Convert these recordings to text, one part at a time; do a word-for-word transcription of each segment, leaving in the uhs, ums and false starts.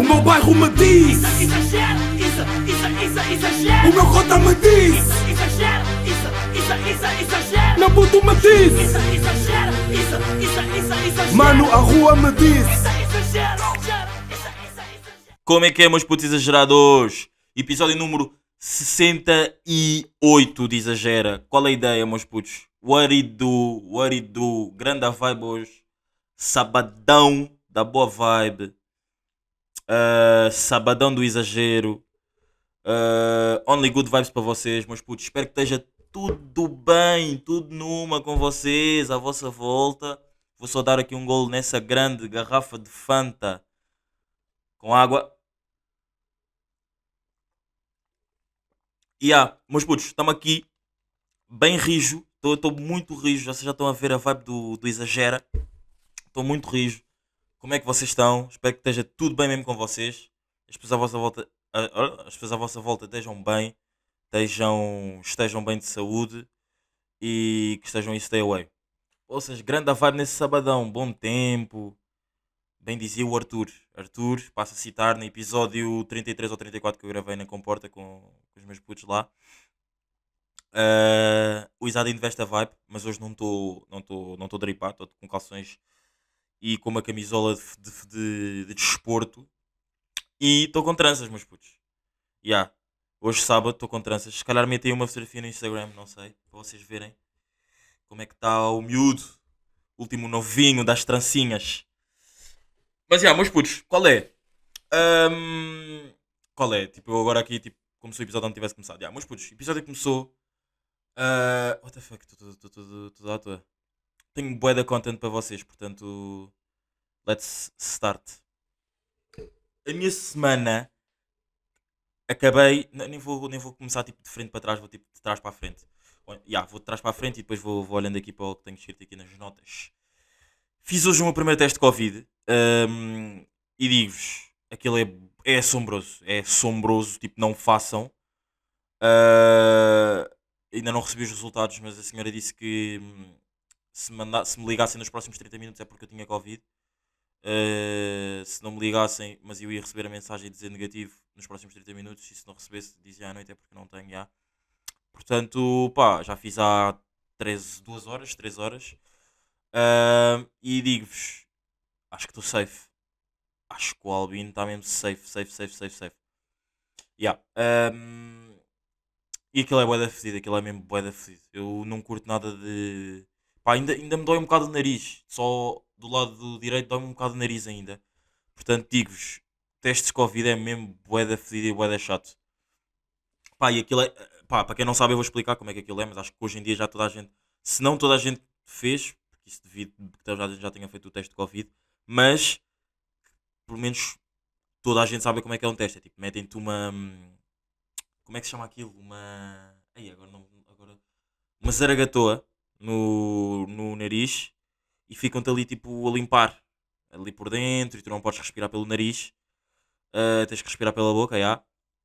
meu bairro me diz. Isso, exagero, isso, isso, isso, exagero. O meu cota me diz. Isso, exagero, isso, isso, isso, exagero. Meu puto me diz. Isso, exagero, isso, isso, isso, exagero. Mano, a rua me diz. Isso, exagero, exagero, isso, isso, exagero. Como é que é, meus putos exagerados? Episódio número sessenta e oito de Exagera. Qual é a ideia, meus putos? What it do? What it do? Grande vibe hoje. Sabadão da boa vibe. Uh, sabadão do exagero. Uh, only good vibes para vocês, meus putos. Espero que esteja tudo bem, tudo numa com vocês, à vossa volta. Vou só dar aqui um golo nessa grande garrafa de Fanta com água. E ah, meus putos, estamos aqui bem rijo. Estou muito rijo. Vocês já estão a ver a vibe do, do Exagera. Estou muito rijo. Como é que vocês estão? Espero que esteja tudo bem mesmo com vocês. As pessoas à vossa volta, as pessoas à vossa volta estejam bem. Estejam, estejam bem de saúde. E que estejam em stay away. Ou seja, grande a vibe nesse sabadão. Bom tempo. Bem dizia o Arthur. Arthur, passo a citar no episódio trinta e três ou trinta e quatro que eu gravei na Comporta com, com os meus putos lá. Uh, o Isado investe a vibe, mas hoje não estou não tô, não tô dripado, estou com calções e com uma camisola de, de, de, de desporto. E estou com tranças, meus putos. Yeah. Hoje sábado estou com tranças. Se calhar metem uma fotografia no Instagram, não sei, para vocês verem como é que está o miúdo, último novinho das trancinhas. Mas já, yeah, meus putos, qual é? Um, qual é? Tipo, eu agora aqui, tipo, como se o episódio não tivesse começado. Já, yeah, meus putos, o episódio começou. Uh, what the fuck, estou à toa. Tenho bué da content para vocês, portanto, let's start. A minha semana, acabei, nem vou, nem vou começar tipo de frente para trás, vou tipo de trás para a frente. Já, yeah, vou de trás para a frente e depois vou, vou olhando aqui para o que tenho escrito aqui nas notas. Fiz hoje o meu primeiro teste de Covid um, e digo-vos, aquilo é, é assombroso, é assombroso, tipo, não façam. Uh, ainda não recebi os resultados, mas a senhora disse que hum, se, manda, se me ligassem nos próximos trinta minutos é porque eu tinha Covid. Uh, se não me ligassem, mas eu ia receber a mensagem a dizer negativo nos próximos trinta minutos, e se não recebesse, dizia à noite é porque não tenho já. Portanto, pá, já fiz há treze, duas horas, três horas. Uh, e digo-vos, acho que estou safe. Acho que o Albino está mesmo safe, safe, safe, safe, safe. Yeah. Um, e aquilo é bué da fedido, aquilo é mesmo bué da fedido. Eu não curto nada de... Pá, ainda, ainda me dói um bocado o nariz. Só do lado do direito dói-me um bocado o nariz ainda. Portanto, digo-vos, testes de Covid é mesmo bué da fedido e bué da chato. Pá, e aquilo é... Pá, para quem não sabe eu vou explicar como é que aquilo é, mas acho que hoje em dia já toda a gente... Se não toda a gente fez... Isso devido que já, já tinha feito o teste de Covid, mas pelo menos toda a gente sabe como é que é um teste. É tipo, metem-te uma. Como é que se chama aquilo? Uma. Ai, agora não. Agora... Uma zaragatoa no, no nariz e ficam-te ali tipo a limpar ali por dentro e tu não podes respirar pelo nariz, uh, tens que respirar pela boca, já.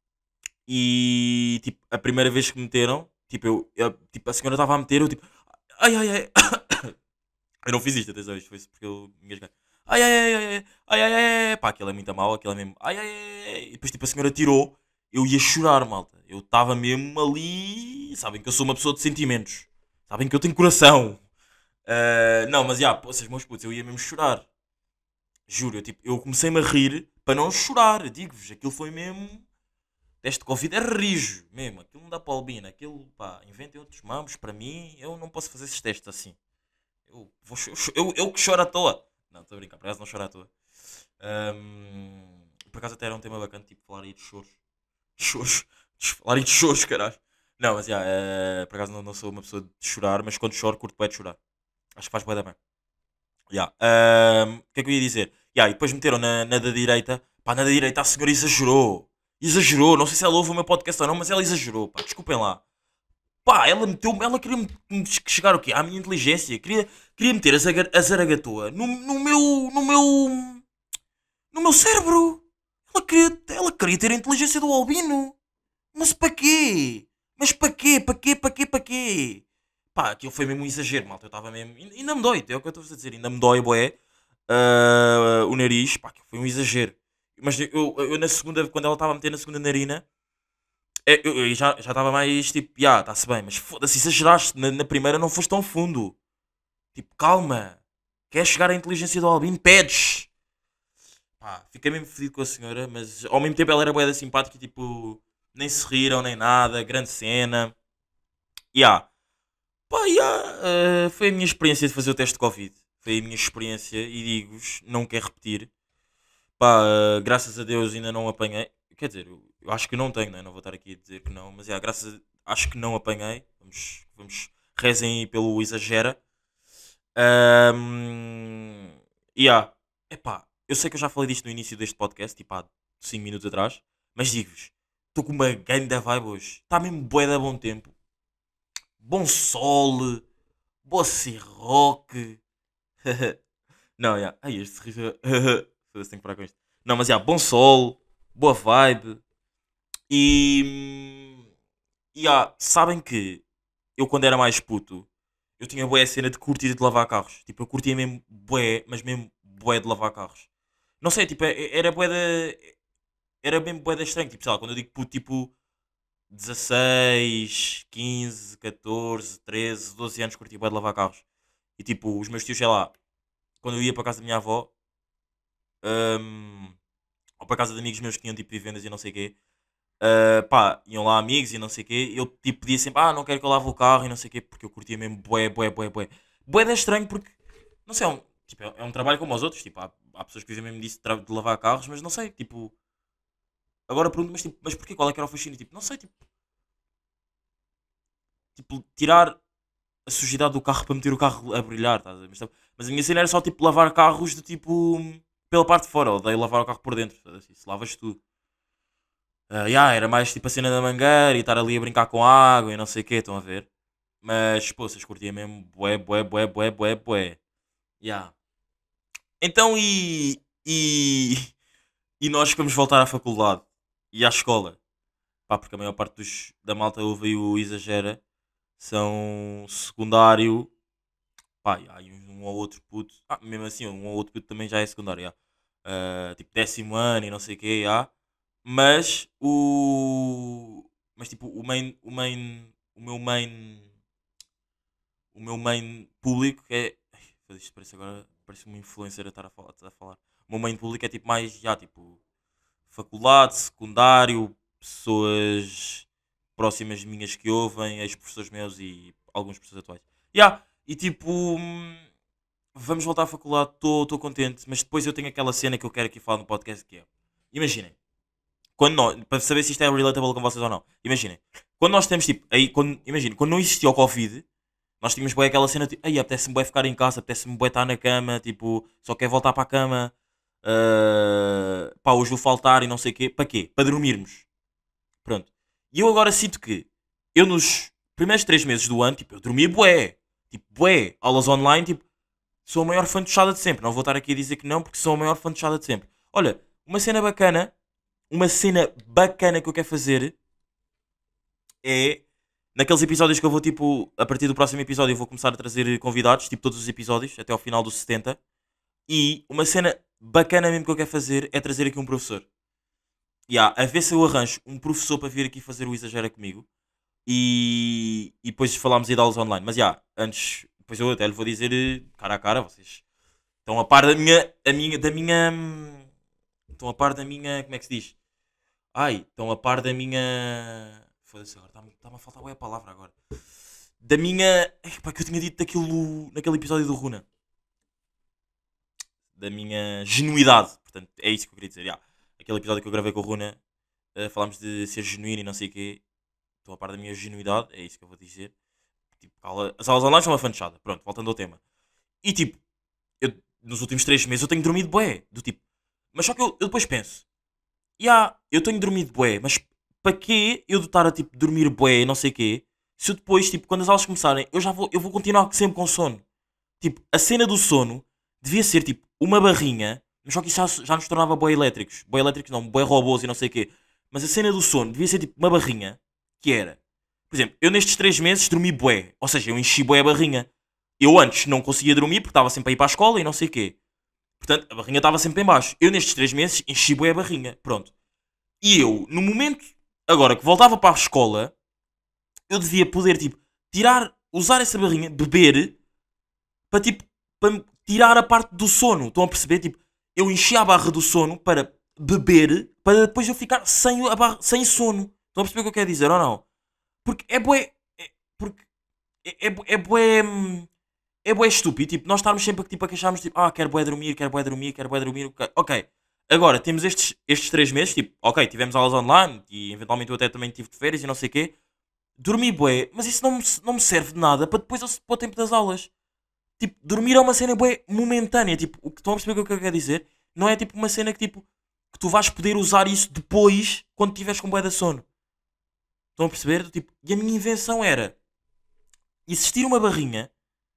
E tipo, a primeira vez que me meteram, tipo, eu, eu, tipo a senhora estava a meter, eu tipo, ai ai ai. Eu não fiz isto, atenção, isto foi porque eu me engasguei. Ai ai ai ai ai ai ai ai, pá, aquilo é muito mal, aquilo é mesmo. Ai ai ai ai. E depois tipo a senhora tirou, eu ia chorar, malta. Eu estava mesmo ali. Sabem que eu sou uma pessoa de sentimentos. Sabem que eu tenho coração. Uh, não, mas já, vocês meus putos, eu ia mesmo chorar. Juro, eu, tipo, eu comecei-me a rir para não chorar. Digo-vos, aquilo foi mesmo. Teste de Covid é rijo, mesmo. Aquilo não dá para albina. Aquilo, pá, inventem outros mamos. Para mim, eu não posso fazer esses testes assim. Eu, vou, eu, eu que choro à toa. Não, estou a brincar, por acaso não choro à toa. Um, por acaso até era um tema bacana, tipo, falar aí de choros. Choros. Falar aí de choros, caralho. Não, mas já, yeah, uh, por acaso não, não sou uma pessoa de chorar, mas quando choro, curto bem de chorar. Acho que faz bem da bem. Yeah. Um, o que é que eu ia dizer? Yeah, e depois meteram na, na da direita. Pá, na da direita a senhora exagerou. Exagerou. Não sei se ela ouve o meu podcast ou não, mas ela exagerou. Pá, desculpem lá. Pá, ela meteu, ela queria me chegar o quê? À minha inteligência. Queria, queria meter a, zaga, a zaragatoa no, no meu, no meu, no meu cérebro. Ela queria, ela queria ter a inteligência do Albino. Mas para quê? Mas para quê? Para quê? Para quê? Para quê? Pá, aquilo foi mesmo um exagero, malta. Eu estava mesmo, ainda me dói, é o que eu estou a dizer. Ainda me dói, boé, uh, o nariz. Pá, aquilo foi um exagero. mas eu, eu, eu na segunda, quando ela estava a meter na segunda narina, é, eu, eu já já estava mais tipo, já, está-se bem, mas foda-se, exageraste, na, na primeira não foste tão fundo. Tipo, calma, queres chegar à inteligência do Albino? Pedes! Pá, fiquei mesmo fedido com a senhora, mas ao mesmo tempo ela era bué da simpática e tipo, nem se riram nem nada, grande cena. Ya, pá, ya, eh, foi a minha experiência de fazer o teste de Covid. Foi a minha experiência e digo-vos, não quero repetir. Pá, eh, graças a Deus ainda não apanhei. Quer dizer, eu, eu acho que não tenho, né? Não vou estar aqui a dizer que não, mas ya, graças a, acho que não apanhei. Vamos, vamos rezem aí pelo exagera. Um, yeah. Epá, eu sei que eu já falei disto no início deste podcast, tipo há cinco minutos atrás, mas digo-vos, estou com uma grande vibe hoje. Está mesmo bué de bom tempo. Bom sol, boa rock. Não, yeah. Ai, este sorriso. Foda-se, tenho que parar com isto. Não, mas yeah, bom sol, boa vibe. E. E yeah, sabem que eu quando era mais puto, eu tinha bué a cena de curtir de lavar carros. Tipo, eu curtia mesmo bué, mas mesmo bué de lavar carros. Não sei, tipo, é- é- era bué da... Era mesmo bué da estranho. Tipo, sei lá, quando eu digo puto, tipo, dezasseis, quinze, catorze, treze, doze anos curtia bué de lavar carros. E tipo, os meus tios, sei lá, quando eu ia para casa da minha avó, hum, ou para casa de amigos meus que tinham tipo vivendas e não sei o quê, ah, pá, iam lá amigos e não sei o quê, eu tipo pedia sempre, ah, não quero que eu lave o carro e não sei o quê, porque eu curtia mesmo bué, bué, bué, bué. Bué da estranho porque, não sei, é um, tipo, é é um trabalho como os outros, tipo, há, há pessoas que dizem mesmo disso de, tra- de lavar carros, mas não sei, tipo, agora pergunto, mas tipo, mas porquê? Qual é que era o fascínio? Tipo, não sei, tipo, tipo, tirar a sujidade do carro para meter o carro a brilhar, estás a ver? Mas, tá- mas a minha cena era só tipo lavar carros de tipo, pela parte de fora, eu odeio lavar o carro por dentro, estás a ver? Isso lavas tudo. Ah, yeah, era mais tipo a cena da mangueira e estar ali a brincar com água e não sei o quê, estão a ver? Mas, pô, vocês curtiam mesmo bué, bué, bué, bué, bué, bué. Yeah. Então, e, e, e nós vamos voltar à faculdade e à escola? Pá, porque a maior parte dos, da malta ouve aí o exagera. São secundário. Pá, e há aí um ou outro puto. Ah, mesmo assim, um ou outro puto também já é secundário. Yeah. Ah, tipo décimo ano e não sei o quê, yeah. Mas o. Mas tipo, o main. O main. O meu main. O meu main público é. Ai, isto parece agora. Parece uma influencer a estar a falar. A falar. O meu main público é tipo mais. Já, tipo. Faculdade, secundário, pessoas próximas minhas que ouvem, ex-professores meus e alguns professores atuais. Yeah. E tipo. hum, Vamos voltar à faculdade, estou contente, mas depois eu tenho aquela cena que eu quero aqui falar no podcast que é. Imaginem. Quando nós, para saber se isto é relatable com vocês ou não. Imaginem. Quando nós temos tipo. Aí, quando, imaginem, quando não existia o Covid, nós tínhamos bué aquela cena tipo. Aí apetece-me bué ficar em casa, apetece-me bué estar na cama, tipo. Só quer voltar para a cama. ah, pá, hoje vou faltar e não sei o quê. Para quê? Para dormirmos. Pronto. E eu agora sinto que. Eu nos primeiros três meses do ano, tipo, eu dormia bué. Tipo, bué. Aulas online, tipo. Sou a maior fã de de sempre. Não vou estar aqui a dizer que não, porque sou a maior fã de de sempre. Olha, uma cena bacana uma cena bacana que eu quero fazer é naqueles episódios que eu vou tipo, a partir do próximo episódio eu vou começar a trazer convidados, tipo todos os episódios, até ao final dos setenta. E uma cena bacana mesmo que eu quero fazer é trazer aqui um professor. E há, a ver se eu arranjo um professor para vir aqui fazer o Exagera comigo. E, e depois falámos aí de aulas online. Mas já, antes, depois eu até lhe vou dizer eh, cara a cara, vocês estão a par da minha, a minha, da minha, hum, estão a par da minha, como é que se diz? Ai, estão a par da minha. Foda-se agora, está-me está-me a faltar bem a palavra agora. Da minha. Epá, que eu tinha dito daquilo naquele episódio do Runa. Da minha genuidade. Portanto, é isso que eu queria dizer. Já. Aquele episódio que eu gravei com o Runa, eh, falámos de ser genuíno e não sei o quê. Estão a par da minha genuidade, é isso que eu vou dizer. Tipo, aula- as aulas online são uma fanchada. Pronto, voltando ao tema. E tipo, eu, nos últimos três meses eu tenho dormido bué. Do tipo. Mas só que eu, eu depois penso. Ya, eu tenho dormido bué, mas para quê eu de estar a tipo dormir bué e não sei quê, se eu depois, tipo, quando as aulas começarem, eu já vou, eu vou continuar sempre com sono. Tipo, a cena do sono devia ser tipo uma barrinha, mas só que isso já, já nos tornava bué elétricos. Bué elétricos não, bué robôs e não sei o quê. Mas a cena do sono devia ser tipo uma barrinha, que era, por exemplo, eu nestes três meses dormi bué, ou seja, eu enchi bué a barrinha. Eu antes não conseguia dormir porque estava sempre a ir para a escola e não sei o quê. Portanto, a barrinha estava sempre em baixo. Eu nestes três meses enchi bué a barrinha. Pronto. E eu, no momento, agora que voltava para a escola, eu devia poder, tipo, tirar, usar essa barrinha, beber, para, tipo, para me tirar a parte do sono. Estão a perceber? Tipo, eu enchi a barra do sono para beber, para depois eu ficar sem, a barra, sem sono. Estão a perceber o que eu quero dizer ou não? Porque é bué... É, porque é, é, bu- é bué... hum, É bué estúpido, tipo, nós estarmos sempre tipo, a queixarmos, tipo, ah, quero bué dormir, quero bué dormir, quero bué dormir, ok. Ok. Agora, temos estes, estes três meses, tipo, ok, tivemos aulas online e eventualmente eu até também tive de férias e não sei o quê. Dormi bué, mas isso não me, não me serve de nada para depois eu se- para o tempo das aulas. Tipo, dormir é uma cena bué momentânea, tipo, o que estão a perceber o que eu quero dizer? Não é tipo uma cena que tipo, que tu vais poder usar isso depois quando tiveres com bué de sono. Estão a perceber? Tipo, e a minha invenção era existir uma barrinha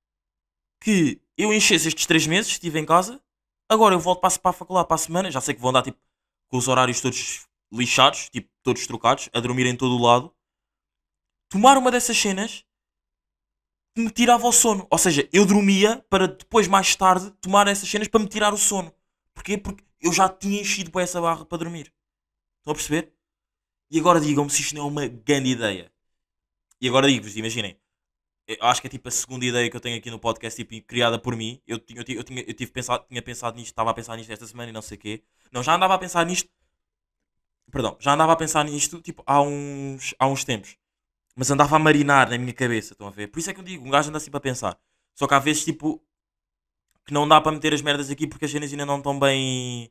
que eu enchesse estes três meses, estive em casa, agora eu volto para, a- para a faculdade para a semana, já sei que vão andar tipo, com os horários todos lixados, tipo, todos trocados, a dormir em todo o lado, tomar uma dessas cenas que me tirava o sono. Ou seja, eu dormia para depois, mais tarde, tomar essas cenas para me tirar o sono. Porquê? Porque eu já tinha enchido para essa barra para dormir. Estão a perceber? E agora digam-me se isto não é uma grande ideia. E agora digo-vos, imaginem, eu acho que é tipo a segunda ideia que eu tenho aqui no podcast, tipo, criada por mim. Eu, tinha- eu, tinha- eu, tinha, eu tive pensado, tinha pensado nisto, estava a pensar nisto esta semana e não sei o quê. Não, já andava a pensar nisto, perdão, já andava a pensar nisto, tipo, há uns, há uns tempos. Mas andava a marinar na minha cabeça, estão a ver? Por isso é que eu digo, um gajo anda assim para pensar. Só que há vezes, tipo, que não dá para meter as merdas aqui porque as cenas ainda não estão bem...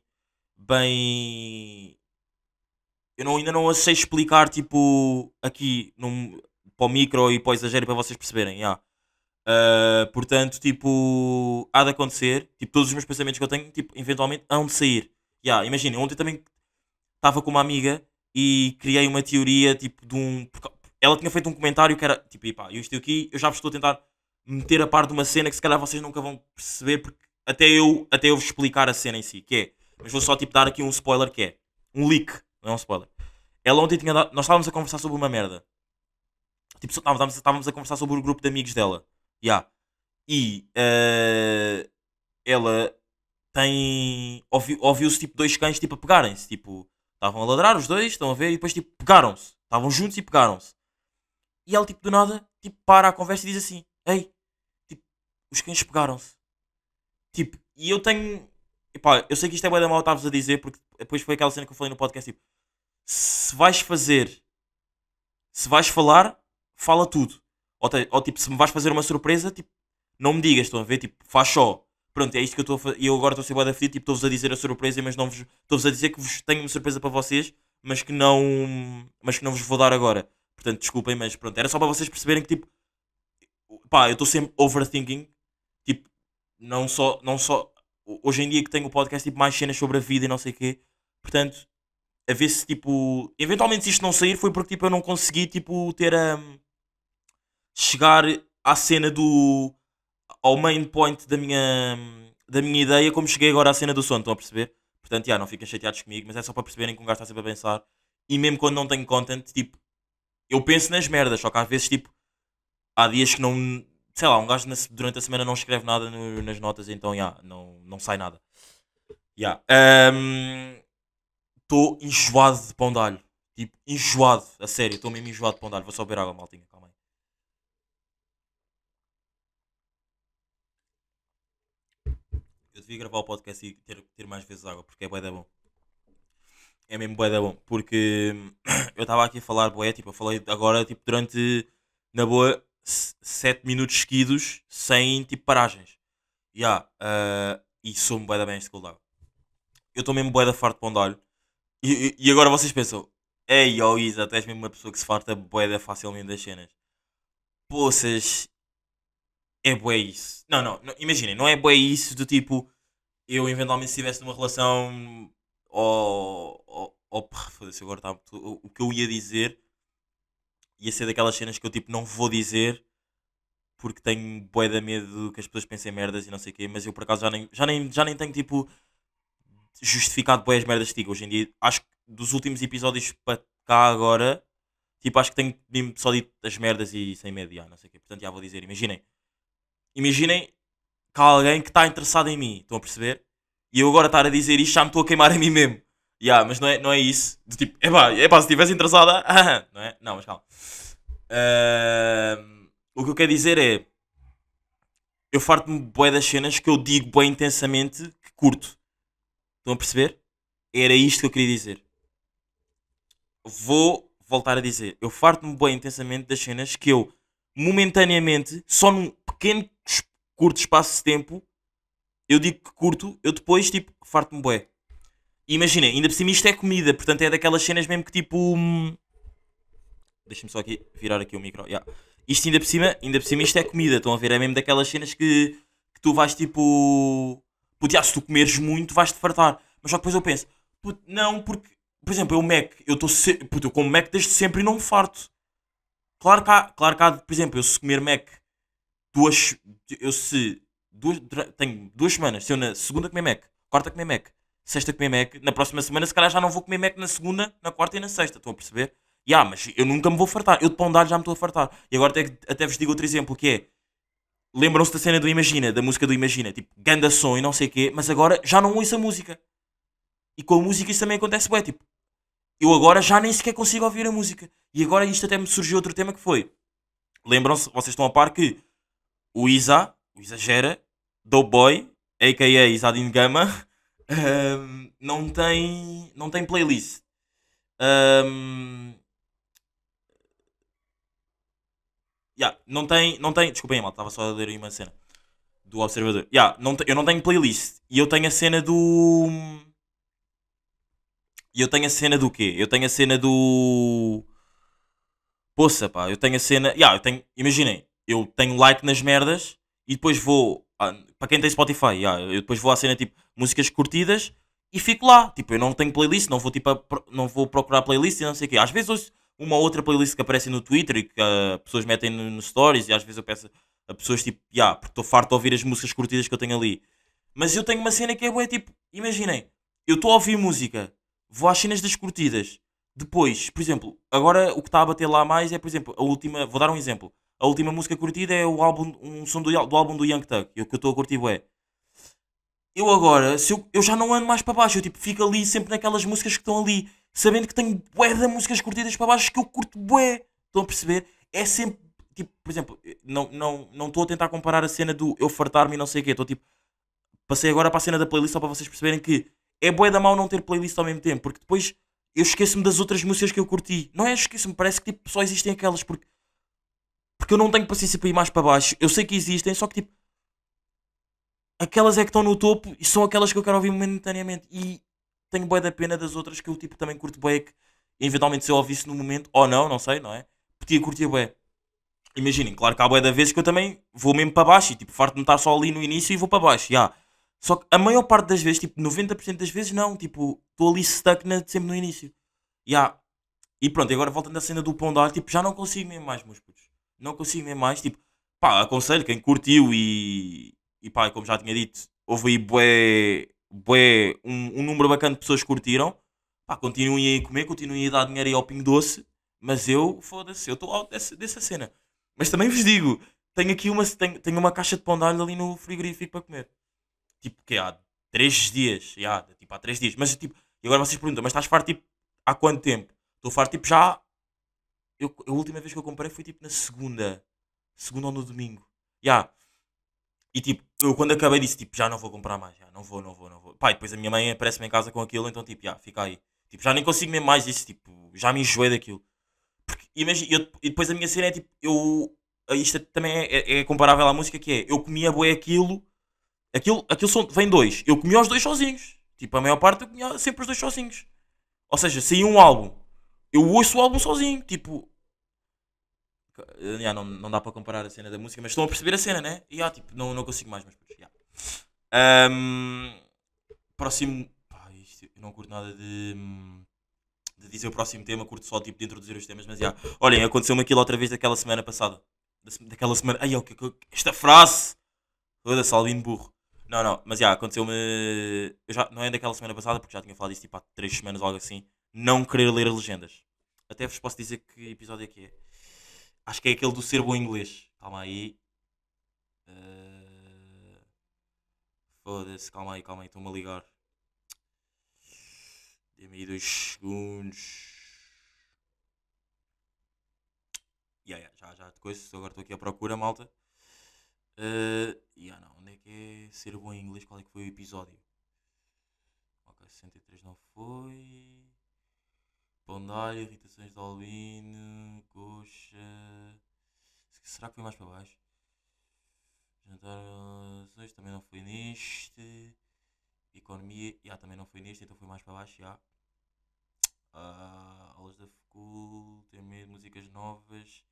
Bem... Eu não, ainda não as sei explicar, tipo, aqui, num, para o micro e para o exagero para vocês perceberem, já. Uh, portanto, tipo, há de acontecer. Tipo, todos os meus pensamentos que eu tenho, tipo, eventualmente hão de sair. Yeah, imagina, ontem também estava com uma amiga e criei uma teoria, tipo, de um. Porque ela tinha feito um comentário que era, tipo, epá, eu estou aqui, eu já vos estou a tentar meter a par de uma cena que se calhar vocês nunca vão perceber, porque até eu, até eu vos explicar a cena em si, que é. Mas vou só, tipo, dar aqui um spoiler que é. Um leak, não é um spoiler. Ela ontem tinha dado. Nós estávamos a conversar sobre uma merda. Tipo, só- estávamos, estávamos a conversar sobre o grupo de amigos dela. Yeah. E eh, ela tem. ouvi- Ouviu-se tipo dois cães tipo, a pegarem-se. Tipo, estavam a ladrar os dois, estão a ver, e depois tipo pegaram-se. Estavam juntos e pegaram-se. E ela tipo do nada tipo, para a conversa e diz assim: Ei, tipo, os cães pegaram-se. Tipo, e eu tenho. Epá, eu sei que isto é bué da mal estavas a dizer, porque depois foi aquela cena que eu falei no podcast: tipo, se vais fazer, se vais falar, fala tudo. Ou, te- ou, tipo, se me vais fazer uma surpresa, tipo, não me digas, estão a ver? Tipo, faz só. Pronto, é isto que eu estou a fazer. E eu agora estou a ser bué da fedido, tipo, estou-vos a dizer a surpresa, mas não vos. Estou-vos a dizer que vos tenho uma surpresa para vocês, mas que não. Mas que não vos vou dar agora. Portanto, desculpem, mas pronto, era só para vocês perceberem que, tipo, pá, eu estou sempre overthinking. Tipo, não só. Não só hoje em dia que tenho o podcast, tipo, mais cenas sobre a vida e não sei o quê. Portanto, a ver se, tipo. Eventualmente, se isto não sair, foi porque, tipo, eu não consegui, tipo, ter a. Chegar à cena do ao main point da minha, da minha ideia, como cheguei agora à cena do sono, estão a perceber? Portanto, já, não fiquem chateados comigo, mas é só para perceberem que um gajo está sempre a pensar. E mesmo quando não tenho content, tipo, eu penso nas merdas, só que às vezes, tipo, há dias que não. Sei lá, um gajo na- durante a semana não escreve nada no- nas notas, então, já, não, não sai nada. Já. Estou enjoado de pão de alho. Tipo, enjoado, a sério, estou mesmo enjoado de pão de alho. Vou só beber água, maltinha, calma aí. Eu devia gravar o podcast e ter, ter mais vezes água, porque é bué da bom. É mesmo bué da bom, porque eu estava aqui a falar bué, tipo, eu falei agora, tipo, durante, na boa, sete minutos seguidos, sem, tipo, paragens. Ya, ah, e sou-me bué da bem este cool d'água. Eu estou mesmo bué da farto de pão de alho. E, e, e agora vocês pensam, ei, ó Isa, tu és mesmo uma pessoa que se farta bué da facilmente das cenas. Poças, é bué isso. Não, não, não, imaginem, não é bué isso do tipo, eu eventualmente se estivesse numa relação ou, ou, ou pá, foda-se, agora tá, o, o que eu ia dizer ia ser daquelas cenas que eu tipo não vou dizer porque tenho bué da medo que as pessoas pensem merdas e não sei o quê, mas eu por acaso já nem, já nem, já nem tenho tipo justificado bué as merdas que digo hoje em dia. Acho que dos últimos episódios para cá agora, tipo acho que tenho mesmo só dito as merdas e sem medo, já, não sei o quê. Portanto já vou dizer, imaginem, imaginem que há alguém que está interessado em mim, estão a perceber? E eu agora estar a dizer isto já me estou a queimar a mim mesmo. Yeah, mas não é, não é isso. De tipo, epá, epá, se estivesse interessada, não é? Não, mas calma. Ahm, o que eu quero dizer é, eu farto-me bué das cenas que eu digo bem intensamente que curto. Estão a perceber? Era isto que eu queria dizer. Vou voltar a dizer. Eu farto-me bem intensamente das cenas que eu, momentaneamente, só num pequeno es- curto espaço de tempo, eu digo que curto, eu depois, tipo, farto-me bué. E imagina, ainda por cima isto é comida, portanto é daquelas cenas mesmo que tipo. hum, Deixa-me só aqui virar aqui o micro. Yeah. Isto ainda por cima, ainda por cima isto é comida, estão a ver? É mesmo daquelas cenas que, que tu vais tipo. Puto, já, se tu comeres muito, vais-te fartar. Mas só que depois eu penso, puto, não, porque, por exemplo, eu Mac, eu estou se... puto, eu como Mac desde sempre e não me farto. Claro que há, claro que há, por exemplo, eu se comer Mac duas. Eu se. Duas, dura- tenho duas semanas, se eu na segunda comer Mac, quarta comer Mac, sexta comer Mac, na próxima semana se calhar já não vou comer Mac na segunda, na quarta e na sexta, estão a perceber? Ya, mas eu nunca me vou fartar, eu de pão de alho já me estou a fartar. E agora até, até vos digo outro exemplo que é. Lembram-se da cena do Imagina, da música do Imagina, tipo, ganda som e não sei o quê, mas agora já não ouço a música. E com a música isso também acontece, bué, tipo, eu agora já nem sequer consigo ouvir a música. E agora isto até me surgiu outro tema que foi, lembram-se, vocês estão a par que o Isa, o Exagera, Doughboy, a k a. Isadine Gama, ahm, não, tem, não tem playlist. Ahm, yeah, não tem, não tem, desculpem, mal, estava só a ler aí uma cena do Observador. Yeah, não te- eu não tenho playlist. E eu tenho a cena do. E eu tenho a cena do quê? Eu tenho a cena do. Poça, pá, eu tenho a cena. Yeah, eu tenho. Imaginem, eu tenho like nas merdas e depois vou. ah, para quem tem Spotify, yeah, eu depois vou à cena tipo músicas curtidas e fico lá. Tipo, eu não tenho playlist, não vou, tipo, a pro- não vou procurar playlist e não sei o quê. Às vezes ouço uma ou outra playlist que aparece no Twitter e que ah, pessoas metem no, no Stories e às vezes eu peço a pessoas tipo, yeah, porque estou farto de ouvir as músicas curtidas que eu tenho ali. Mas eu tenho uma cena que é bué, tipo, imaginem, eu estou a ouvir música, vou às cenas das curtidas. Depois, por exemplo, agora o que está a bater lá mais é, por exemplo, a última. Vou dar um exemplo. A última música curtida é o álbum, um som do, do álbum do Young Thug, e o que eu estou a curtir bué. Eu agora, se eu, eu já não ando mais para baixo, eu tipo, fico ali sempre naquelas músicas que estão ali, sabendo que tenho bué de músicas curtidas para baixo que eu curto bué. Estão a perceber? É sempre, tipo, por exemplo, não estou não, não estou a tentar comparar a cena do eu fartar-me e não sei o quê. Estou tipo, passei agora para a cena da playlist só para vocês perceberem que é bué da mal não ter playlist ao mesmo tempo, porque depois eu esqueço-me das outras músicas que eu curti. Não é esqueço-me, parece que tipo, só existem aquelas, porque, porque eu não tenho paciência para ir mais para baixo. Eu sei que existem, só que tipo, aquelas é que estão no topo e são aquelas que eu quero ouvir momentaneamente. E tenho bué da pena das outras que eu tipo também curto bué, que eventualmente se eu ouvisse no momento, ou não, não sei, não é? Podia curtir bué. Imaginem, claro que há bué da vezes que eu também vou mesmo para baixo e tipo, farto de me estar só ali no início e vou para baixo, já. Só que a maior parte das vezes, tipo, noventa por cento das vezes não, tipo, estou ali stuck na, sempre no início. Já. E pronto, e agora voltando à cena do pão de alho, tipo, já não consigo mesmo mais, meus putos. Não consigo mesmo mais, tipo, pá, aconselho quem curtiu e, e pá, como já tinha dito, houve aí bué, bué, um, um número bacana de pessoas que curtiram. Pá, continuem aí a comer, continuem a dar dinheiro aí ao Pingo Doce, mas eu, foda-se, eu estou out dessa, dessa cena. Mas também vos digo, tenho aqui uma, tenho, tenho uma caixa de pão de alho ali no frigorífico para comer. Tipo, que é, há três dias, já, tipo, há três dias. Mas tipo, e agora vocês perguntam, mas estás farto tipo, há quanto tempo? Estou farto tipo já. Eu, a última vez que eu comprei foi tipo na segunda. Segunda ou no domingo. Já. E tipo, eu quando acabei disse tipo, já não vou comprar mais, já, não vou, não vou, não vou. Pá, e depois a minha mãe aparece-me em casa com aquilo, então tipo, já, fica aí. Tipo, já nem consigo mesmo mais isso, tipo, já me enjoei daquilo. Porque imagina, eu- e depois a minha cena é tipo, eu. Isto também é, é- é comparável à música que é, eu comia bué aquilo, aquilo, aquilo são, vem dois, eu comia os dois sozinhos. Tipo, a maior parte eu comia sempre os dois sozinhos. Ou seja, saía um álbum, eu ouço o álbum sozinho, tipo, eh, já, não, não dá para comparar a cena da música, mas estão a perceber a cena, né? E já, tipo, não, não consigo mais, mas depois, já. Ahm, próximo, pá, isto, eu não curto nada de, de dizer o próximo tema, curto só tipo de introduzir os temas, mas já. Olhem, aconteceu-me aquilo outra vez daquela semana passada. Da se- Daquela semana. Ai, o que, que- esta frase! Foda-se, Albino burro. Não, não, mas já, aconteceu-me. Eu já, não é daquela semana passada, porque já tinha falado disso tipo há três semanas ou algo assim. Não querer ler as legendas. Até vos posso dizer que episódio é que é. Acho que é aquele do ser bom inglês. Calma aí. Eh, Foda-se, calma aí, calma aí, estou-me a ligar. Dê-me aí dois segundos. Ya, ya, já, já, de coisa, agora estou aqui à procura, malta. Uh, ya, não, onde é que é ser bom em inglês? Qual é que foi o episódio? Ok, sessenta e três não foi. Pão de alho, irritações de albino, coxa. Será que foi mais para baixo? Jantar hoje também não foi neste. Economia, já também não foi neste, então foi mais para baixo, já. Ah, aulas da Facul, tem medo de músicas novas.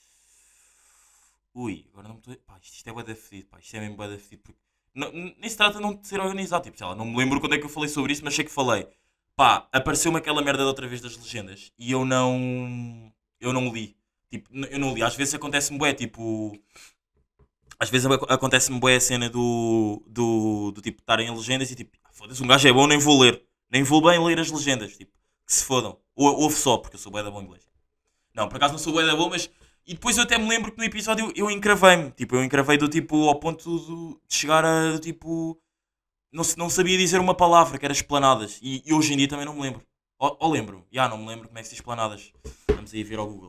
Ui, agora não me estou. Pá, isto, isto é bué da fedido, pá, isto é mesmo bué da fedido, porque não- n- nem se trata não de ser organizado, tipo, sei lá, não me lembro quando é que eu falei sobre isso, mas sei que falei. Pá, apareceu-me aquela merda da outra vez das legendas e eu não. Eu não li. Tipo, n- eu não li. Às vezes acontece-me bué, tipo. Às vezes ac- acontece-me bué a cena do, do, do tipo estarem em legendas e tipo, "Ah, foda-se, um gajo é bom, nem vou ler. Nem vou bem ler as legendas, tipo, que se fodam. Ou ouve só, porque eu sou bué da bom inglês. Não, por acaso não sou bué da bom, mas. E depois eu até me lembro que no episódio eu encravei-me. Tipo, eu encravei do tipo ao ponto do- de chegar a do tipo. Não, se- não sabia dizer uma palavra, que era esplanadas. E, e hoje em dia também não me lembro. Ou, ou lembro. Já, não me lembro como é que se diz esplanadas. Vamos aí ver ao Google.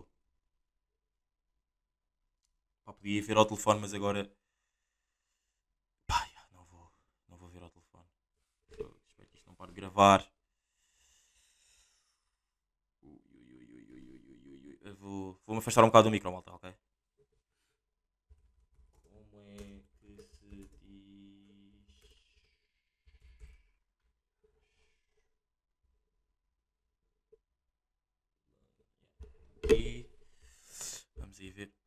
Pá, podia ir ver ao telefone, mas agora. Pá, já, não vou. Não vou ver ao telefone. Eu espero que isto não pare de gravar. Ui, ui, ui, ui, ui, ui, ui, ui. Eu vou, vou-me afastar um bocado do micro, malta, ok? Como é que se diz? E vamos aí ver.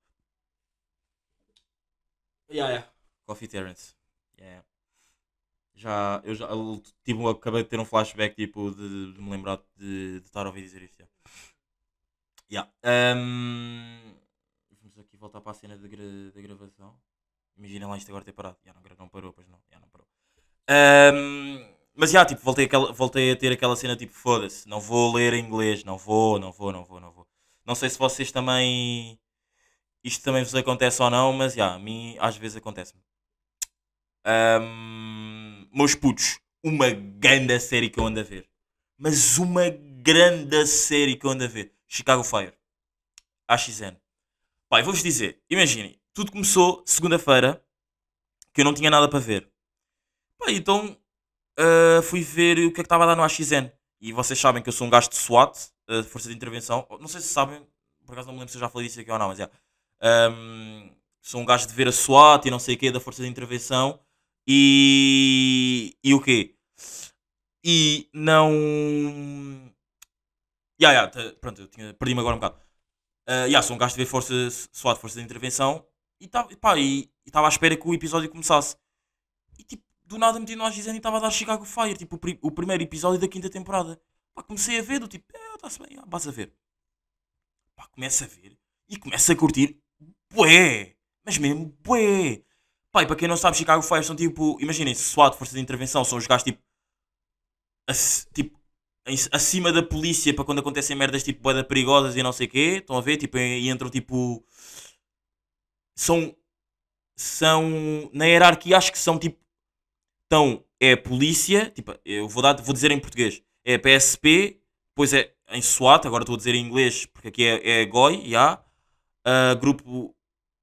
Yeah, yeah. Coffee Terrence. Yeah. Já, eu já eu, tipo, acabei de ter um flashback tipo, de, de me lembrar de, de estar a ouvir dizer isto. Yeah. Yeah. Um, vamos aqui voltar para a cena da gra- da gravação. Imagina lá isto agora ter parado. Yeah, não, não parou, pois não. Yeah, não parou. Um, mas já, tipo, voltei, aquela, voltei a ter aquela cena tipo, foda-se, não vou ler em inglês, não vou, não vou, não vou, não vou. Não sei se vocês também. Isto também vos acontece ou não, mas já, a mim às vezes acontece-me. Um, meus putos, uma grande série que eu ando a ver. Mas uma grande série que eu ando a ver. Chicago Fire. A X N. Pai, vou-vos dizer, imaginem, tudo começou segunda-feira, que eu não tinha nada para ver. Pai, então uh, fui ver o que é que estava a dar no A X N. E vocês sabem que eu sou um gajo de SWAT, uh, de Força de Intervenção. Não sei se sabem, por acaso não me lembro se eu já falei disso aqui ou não, mas é. Um, sou um gajo de ver a SWAT e não sei o quê, da Força de Intervenção. E. E o quê? E não. Ya, ya, tá- pronto, eu tinha- perdi-me agora um bocado. Uh, ya, sou um gajo de ver força, SWAT, Força de Intervenção. E estava à espera que o episódio começasse. E tipo, do nada meti no A X N e estava a dar Chicago Fire, tipo o, pri- o primeiro episódio da quinta temporada. Pá, comecei a ver, do tipo, é, está-se bem, ah, vas a ver. Pá, começo a ver e começo a curtir, bué, mas mesmo bué. Pá, e para quem não sabe, Chicago Fire são tipo, imaginem, SWAT, Força de Intervenção, são os gajos tipo, ac- tipo em- acima da polícia para quando acontecem merdas tipo bué da perigosas e não sei o quê, estão a ver, tipo, e entram tipo, são, são, na hierarquia acho que são tipo, então é polícia, tipo, eu vou, dar, vou dizer em português, é P S P, depois é em SWAT, agora estou a dizer em inglês porque aqui é, é G O I, já. Ah, grupo,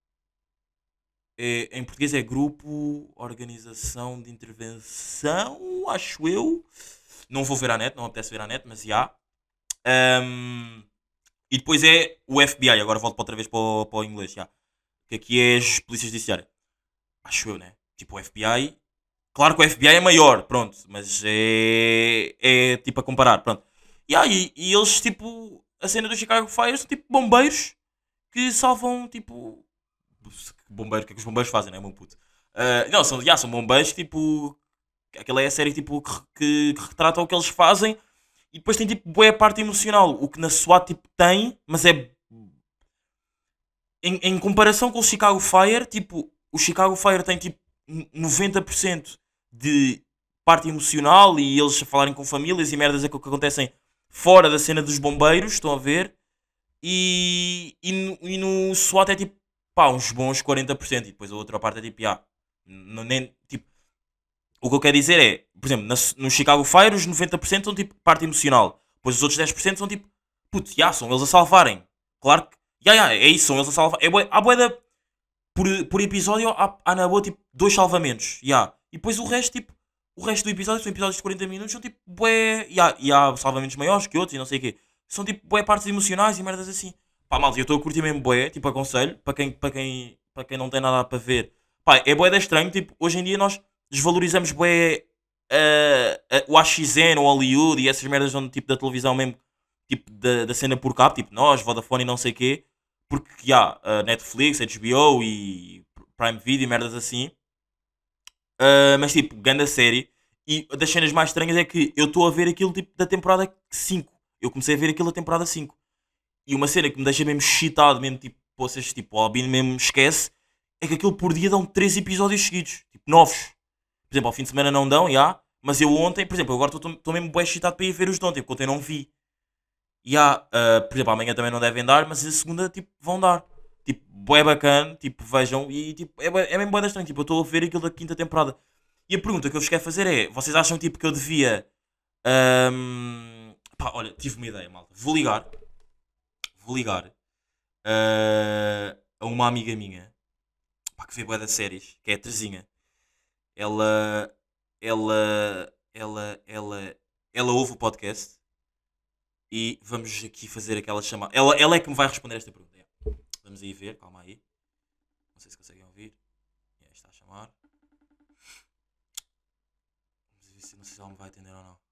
é- em português é Grupo Organização de Intervenção, acho eu. Não vou ver a net, não apetece ver a net, mas já. Ahm, e depois é o F B I, agora volto para outra vez para o, para o inglês, já. Que aqui é as polícias judiciárias. Acho eu, né? Tipo o F B I. Claro que o F B I é maior, pronto, mas é, é tipo a comparar, pronto. E aí, e eles, tipo, a cena do Chicago Fire são tipo bombeiros que salvam, tipo. Bombeiros, o que é que os bombeiros fazem, não é, meu puto? Ah, não, são, já, são bombeiros, tipo. Aquela é a série tipo, que, que, que retrata o que eles fazem e depois tem tipo boa parte emocional, o que na SWAT tipo, tem, mas é. Em, em comparação com o Chicago Fire, tipo, o Chicago Fire tem tipo noventa por cento de parte emocional e eles a falarem com famílias e merdas é que que acontecem fora da cena dos bombeiros, estão a ver? E, e, no, e no SWAT é tipo, pá, uns bons quarenta por cento e depois a outra parte é tipo, ah, não, nem, tipo, O que eu quero dizer é, por exemplo, na- no Chicago Fire os noventa por cento são tipo parte emocional. Depois os outros dez por cento são tipo, putz, já, são eles a salvarem. Claro que, já, já, é isso, são eles a salvar. É, bué- há boeda, por, por episódio há, há na boa tipo dois salvamentos, já. E depois o resto, tipo, o resto do episódio, são episódios de quarenta minutos, são tipo, bué, já, e há salvamentos maiores que outros e não sei o quê. São tipo, bué partes emocionais e merdas assim. Pá, malta, eu estou a curtir mesmo bué, tipo, aconselho, para quem, para quem, para quem não tem nada para ver. Pá, é bué da estranho, tipo, hoje em dia nós desvalorizamos bué eh, eh, o A X N, o Hollywood e essas merdas onde, tipo, da televisão mesmo, tipo, da, da cena por cabo, tipo, nós, Vodafone e não sei o quê, porque, já, a Netflix, H B O e Prime Video e merdas assim, ah, mas, tipo, grande série, e das cenas mais estranhas é que eu estou a ver aquilo, tipo, da temporada cinco. Eu comecei a ver aquilo da temporada cinco. E uma cena que me deixa mesmo excitado, mesmo, tipo, vocês, tipo, o Albino mesmo esquece, é que aquilo por dia dão três episódios seguidos, tipo, novos. Por exemplo, ao fim de semana não dão, já. Mas eu ontem, por exemplo, agora estou mesmo bem excitado para ir ver os de ontem, porque ontem não vi. E há, ah, por exemplo, amanhã também não devem dar, mas a segunda, tipo, vão dar. Tipo, bué bacana, tipo, vejam. E, tipo, é, bué- é mesmo bué da estranho. Tipo, eu estou a ver aquilo da quinta temporada. E a pergunta que eu vos quero fazer é, vocês acham, tipo, que eu devia... ahm, pá, olha, tive uma ideia, malta. Vou ligar. Vou ligar ah, a uma amiga minha, pá, que vê bué das séries, que é a Terezinha. Ela, ela, ela, ela, ela ouve o podcast e vamos aqui fazer aquela chamada. Ela, ela é que me vai responder esta pergunta. Yeah. Vamos aí ver, calma aí. Não sei se conseguem ouvir. Yeah, está a chamar. Vamos ver se, não sei se ela me vai atender ou não.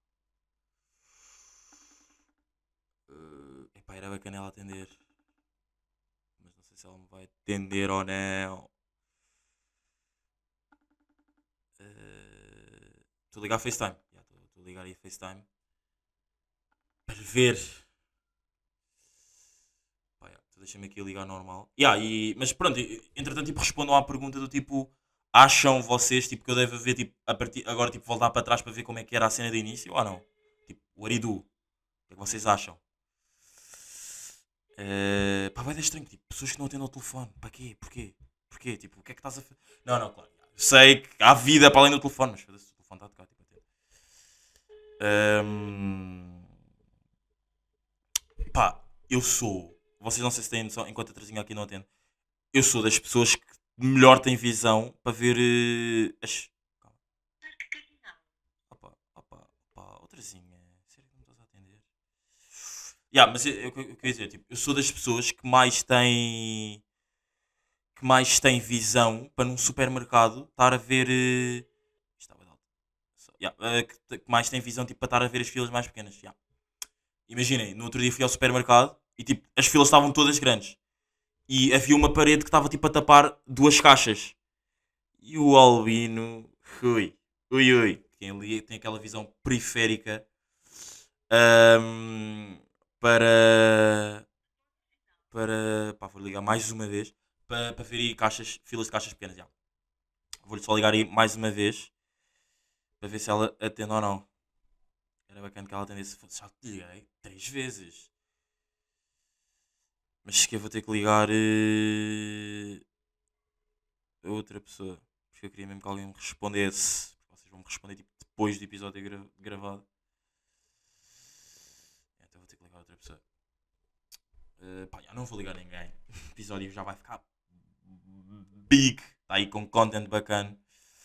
Uh, epá, era bacana ela atender. Mas não sei se ela me vai atender ou não. Uh, Estou a ligar a FaceTime. Yeah, Estou estou a ligar aí a FaceTime. Para ver. Pá, yeah, então deixa-me aqui ligar normal. Yeah, e, mas pronto, e- entretanto, tipo, respondam à pergunta do tipo: acham vocês tipo, que eu devo ver tipo, a partir, agora tipo, voltar para trás para ver como é que era a cena de início ou não? Tipo, o Aridu. O que é que vocês acham? Eh, pá, vai dar estranho, tipo, pessoas que não atendem ao telefone. Para quê? Porquê? Porquê? Tipo, o que é que estás a fazer? Não, não, claro. Eu sei que há vida para além do telefone, mas foda-se, o telefone está a tocar, tipo, atende. Ahm, Pá, eu sou. Vocês não sei se têm noção, enquanto a Terezinha aqui não atende. Eu sou das pessoas que melhor têm visão para ver eh, as. Calma. Opa, opa, opa, outrazinha. Sério que não estás a atender? Yeah, mas eu, eu, eu quero dizer, tipo, eu sou das pessoas que mais têm. Que mais têm visão para num supermercado estar a ver. eh, Isto estava de alto. Só- yeah, eh, que, que mais têm visão tipo, para estar a ver as filas mais pequenas. Yeah. Imaginem, no outro dia fui ao supermercado e tipo, as filas estavam todas grandes. E havia uma parede que estava tipo a tapar duas caixas. E o Albino, ui, ui, ui, tem, ali, tem aquela visão periférica ahm, para, para, pá, vou ligar mais uma vez, para, para ver aí caixas, filas de caixas pequenas, já. Vou-lhe só ligar aí mais uma vez, para ver se ela atende ou não. Era bacana que ela atendesse, já te liguei três vezes. Mas se que eu vou ter que ligar eh, a outra pessoa, porque eu queria mesmo que alguém me respondesse, porque vocês vão me responder tipo, depois do episódio gra- gravado. Então vou ter que ligar a outra pessoa. Uh, pá, já não vou ligar a ninguém. O episódio já vai ficar big. Está aí com content bacana.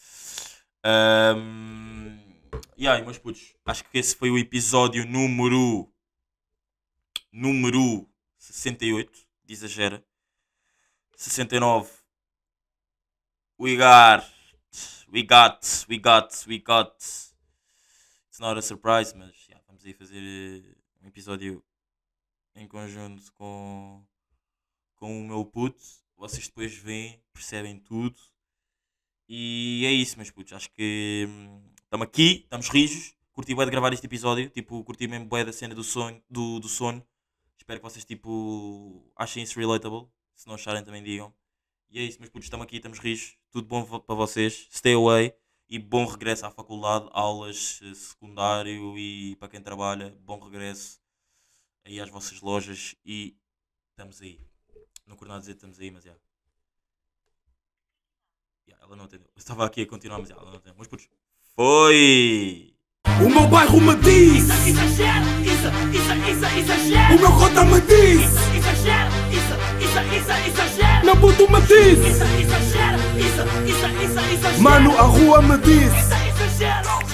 Um, e aí, meus putos, acho que esse foi o episódio número. Número sessenta e oito. De exagera. sessenta e nove. We got. We got. We got. We got. It's not a surprise, mas yeah, vamos aí fazer eh, um episódio em conjunto com, com o meu puto. Vocês depois veem, percebem tudo. E é isso, meus putos. Acho que estamos aqui, estamos rijos. Curti bué de gravar este episódio. Tipo, curti mesmo bué da cena do sonho, do, do sono. Espero que vocês tipo achem isso relatable. Se não acharem também digam. E é isso, meus putos. Estamos aqui, estamos rijos. Tudo bom vo- para vocês. Stay away. E bom regresso à faculdade, aulas, eh, secundário e para quem trabalha, bom regresso aí às vossas lojas e estamos aí. Não quero nada dizer estamos aí, mas já. Yeah, ela não atendeu. Eu estava aqui a continuar, mas já, ela não atendeu. Mas putos, Foi! O meu bairro me disse. Exagero, isso, isso, isso, exagero. O meu cota me disse. Exagero, isso, isso, isso, exagero. Meu puto me disse. Exagero, isso, isso, isso, exagero. Mano, a rua me disse. Exagero.